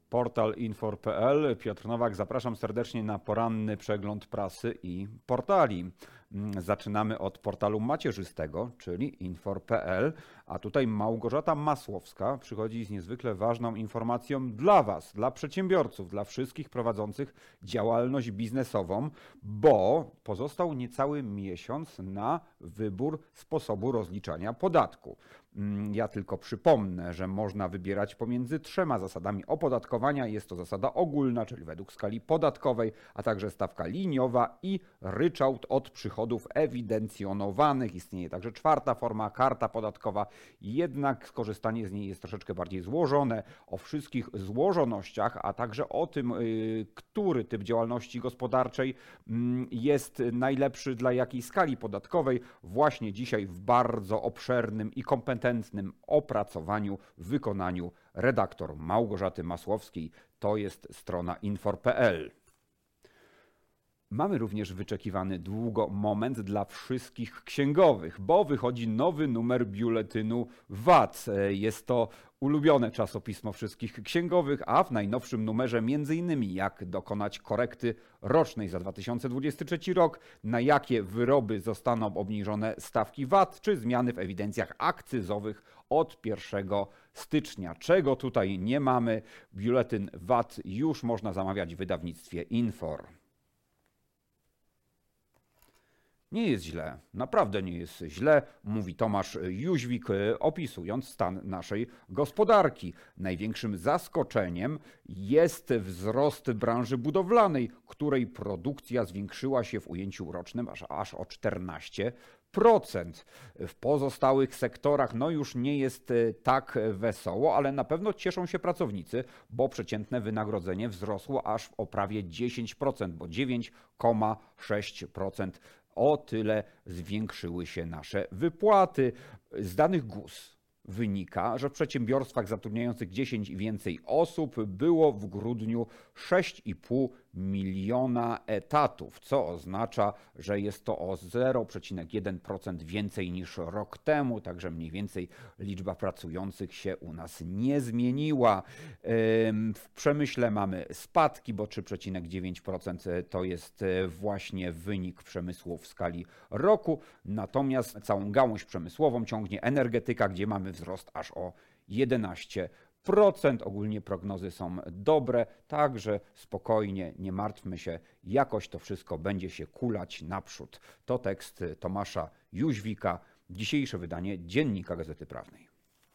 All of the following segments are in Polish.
Portal Infor.pl, Piotr Nowak, zapraszam serdecznie na poranny przegląd prasy i portali. Zaczynamy od portalu macierzystego, czyli Infor.pl, a tutaj Małgorzata Masłowska przychodzi z niezwykle ważną informacją dla Was, dla przedsiębiorców, dla wszystkich prowadzących działalność biznesową, bo pozostał niecały miesiąc na wybór sposobu rozliczania podatku. Ja tylko przypomnę, że można wybierać pomiędzy 3 zasadami opodatkowania. Jest to zasada ogólna, czyli według skali podatkowej, a także stawka liniowa i ryczałt od przychodów ewidencjonowanych. Istnieje także 4. forma, karta podatkowa, jednak skorzystanie z niej jest troszeczkę bardziej złożone. O wszystkich złożonościach, a także o tym, który typ działalności gospodarczej jest najlepszy dla jakiej skali podatkowej, właśnie dzisiaj w bardzo obszernym i kompetentnym opracowaniu, wykonaniu redaktor Małgorzaty Masłowskiej. To jest strona Infor.pl. Mamy również wyczekiwany długo moment dla wszystkich księgowych, bo wychodzi nowy numer biuletynu VAT. Jest to ulubione czasopismo wszystkich księgowych, a w najnowszym numerze m.in. jak dokonać korekty rocznej za 2023 rok, na jakie wyroby zostaną obniżone stawki VAT, czy zmiany w ewidencjach akcyzowych od 1 stycznia. Czego tutaj nie mamy? Biuletyn VAT już można zamawiać w wydawnictwie Infor. Nie jest źle, naprawdę nie jest źle, mówi Tomasz Jóźwik, opisując stan naszej gospodarki. Największym zaskoczeniem jest wzrost branży budowlanej, której produkcja zwiększyła się w ujęciu rocznym aż o 14%. W pozostałych sektorach już nie jest tak wesoło, ale na pewno cieszą się pracownicy, bo przeciętne wynagrodzenie wzrosło aż o prawie 10%, bo 9,6%. O tyle zwiększyły się nasze wypłaty. Z danych GUS wynika, że w przedsiębiorstwach zatrudniających 10 i więcej osób było w grudniu 6,5 miliona etatów, co oznacza, że jest to o 0,1% więcej niż rok temu, także mniej więcej liczba pracujących się u nas nie zmieniła. W przemyśle mamy spadki, bo 3,9% to jest właśnie wynik przemysłu w skali roku, natomiast całą gałąź przemysłową ciągnie energetyka, gdzie mamy wzrost aż o 11%. Ogólnie prognozy są dobre, także spokojnie, nie martwmy się, jakoś to wszystko będzie się kulać naprzód. To tekst Tomasza Jóźwika, dzisiejsze wydanie Dziennika Gazety Prawnej.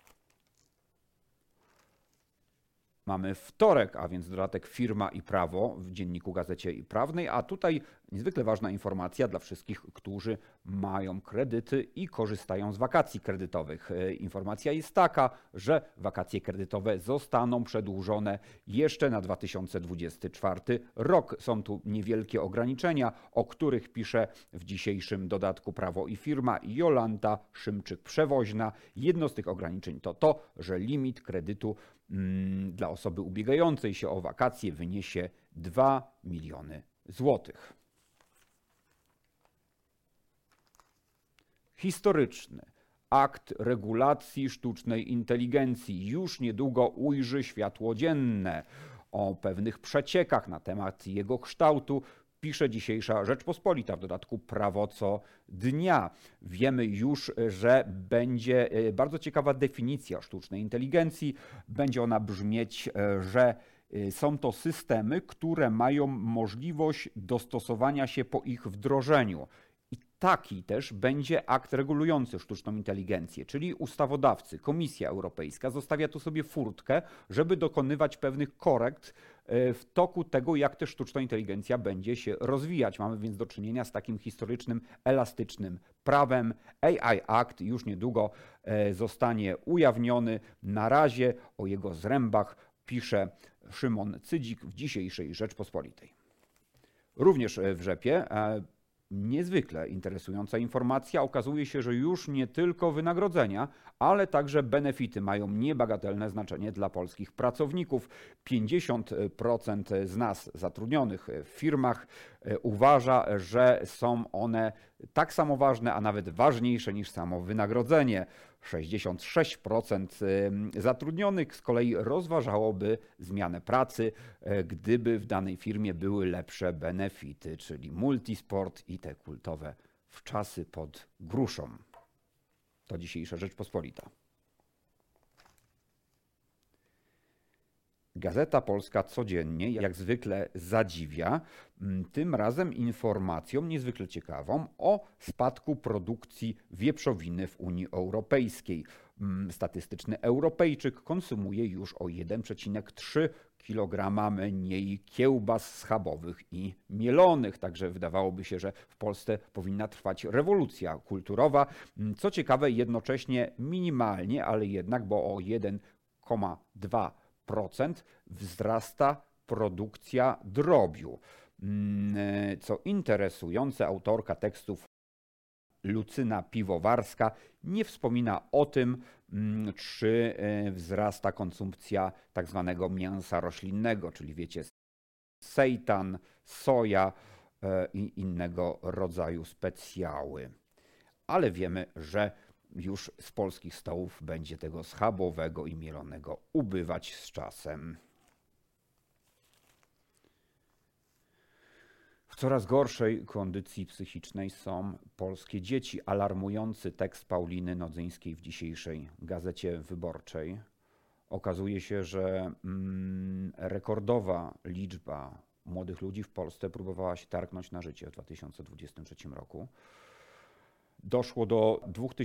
Mamy wtorek, a więc dodatek Firma i Prawo w Dzienniku Gazecie Prawnej, a tutaj niezwykle ważna informacja dla wszystkich, którzy mają kredyty i korzystają z wakacji kredytowych. Informacja jest taka, że wakacje kredytowe zostaną przedłużone jeszcze na 2024 rok. Są tu niewielkie ograniczenia, o których pisze w dzisiejszym dodatku Prawo i Firma Jolanta Szymczyk-Przewoźna. Jedno z tych ograniczeń to to, że limit kredytu dla osoby ubiegającej się o wakacje wyniesie 2 miliony złotych. Historyczny akt regulacji sztucznej inteligencji już niedługo ujrzy światło dzienne. O pewnych przeciekach na temat jego kształtu pisze dzisiejsza Rzeczpospolita, w dodatku Prawo co dnia. Wiemy już, że będzie bardzo ciekawa definicja sztucznej inteligencji. Będzie ona brzmieć, że są to systemy, które mają możliwość dostosowania się po ich wdrożeniu. I taki też będzie akt regulujący sztuczną inteligencję, czyli ustawodawcy, Komisja Europejska zostawia tu sobie furtkę, żeby dokonywać pewnych korekt w toku tego, jak też sztuczna inteligencja będzie się rozwijać. Mamy więc do czynienia z takim historycznym, elastycznym prawem. AI Act już niedługo zostanie ujawniony. Na razie o jego zrębach pisze Szymon Cydzik w dzisiejszej Rzeczpospolitej. Również w rzepie niezwykle interesująca informacja. Okazuje się, że już nie tylko wynagrodzenia, ale także benefity mają niebagatelne znaczenie dla polskich pracowników. 50% z nas zatrudnionych w firmach uważa, że są one tak samo ważne, a nawet ważniejsze niż samo wynagrodzenie. 66% zatrudnionych z kolei rozważałoby zmianę pracy, gdyby w danej firmie były lepsze benefity, czyli multisport i te kultowe wczasy pod gruszą. To dzisiejsza Rzeczpospolita. Gazeta Polska codziennie, jak zwykle, zadziwia, tym razem informacją niezwykle ciekawą o spadku produkcji wieprzowiny w Unii Europejskiej. Statystyczny Europejczyk konsumuje już o 1,3 kg mniej kiełbas schabowych i mielonych, także wydawałoby się, że w Polsce powinna trwać rewolucja kulturowa. Co ciekawe, jednocześnie minimalnie, ale jednak, bo o 1,2% wzrasta produkcja drobiu. Co interesujące, autorka tekstów Lucyna Piwowarska nie wspomina o tym, czy wzrasta konsumpcja tak zwanego mięsa roślinnego, czyli wiecie, seitan, soja i innego rodzaju specjały. Ale wiemy, że już z polskich stołów będzie tego schabowego i mielonego ubywać z czasem. W coraz gorszej kondycji psychicznej są polskie dzieci. Alarmujący tekst Pauliny Nodzyńskiej w dzisiejszej Gazecie Wyborczej. Okazuje się, że rekordowa liczba młodych ludzi w Polsce próbowała się targnąć na życie w 2023 roku. Doszło do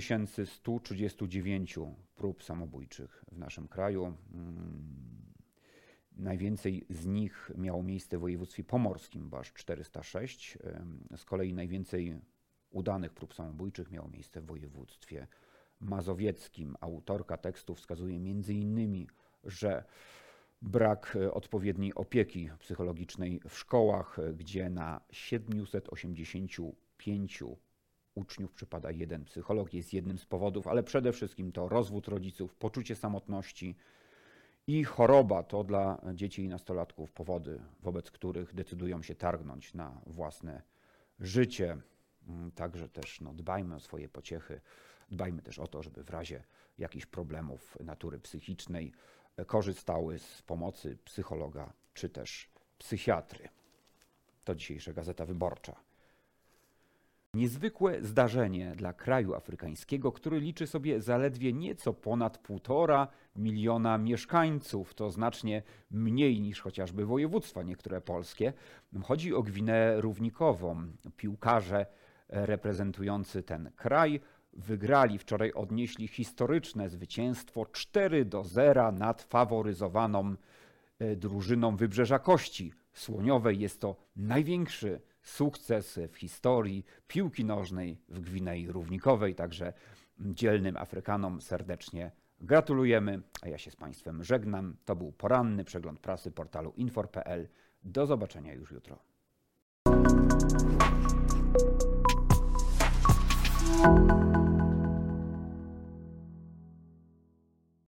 2139 prób samobójczych w naszym kraju. Najwięcej z nich miało miejsce w województwie pomorskim, bo aż 406. Z kolei najwięcej udanych prób samobójczych miało miejsce w województwie mazowieckim. Autorka tekstu wskazuje m.in., że brak odpowiedniej opieki psychologicznej w szkołach, gdzie na 785 uczniów przypada jeden psycholog, jest jednym z powodów, ale przede wszystkim to rozwód rodziców, poczucie samotności i choroba to dla dzieci i nastolatków powody, wobec których decydują się targnąć na własne życie. Także też dbajmy o swoje pociechy, dbajmy też o to, żeby w razie jakichś problemów natury psychicznej korzystały z pomocy psychologa czy też psychiatry. To dzisiejsza Gazeta Wyborcza. Niezwykłe zdarzenie dla kraju afrykańskiego, który liczy sobie zaledwie nieco ponad 1,5 miliona mieszkańców. To znacznie mniej niż chociażby województwa niektóre polskie. Chodzi o Gwineę Równikową. Piłkarze reprezentujący ten kraj wygrali wczoraj, odnieśli historyczne zwycięstwo 4-0 nad faworyzowaną drużyną Wybrzeża Kości Słoniowej. Jest to największy sukces w historii piłki nożnej w Gwinei Równikowej, także dzielnym Afrykanom serdecznie gratulujemy, a ja się z Państwem żegnam. To był poranny przegląd prasy portalu infor.pl. Do zobaczenia już jutro.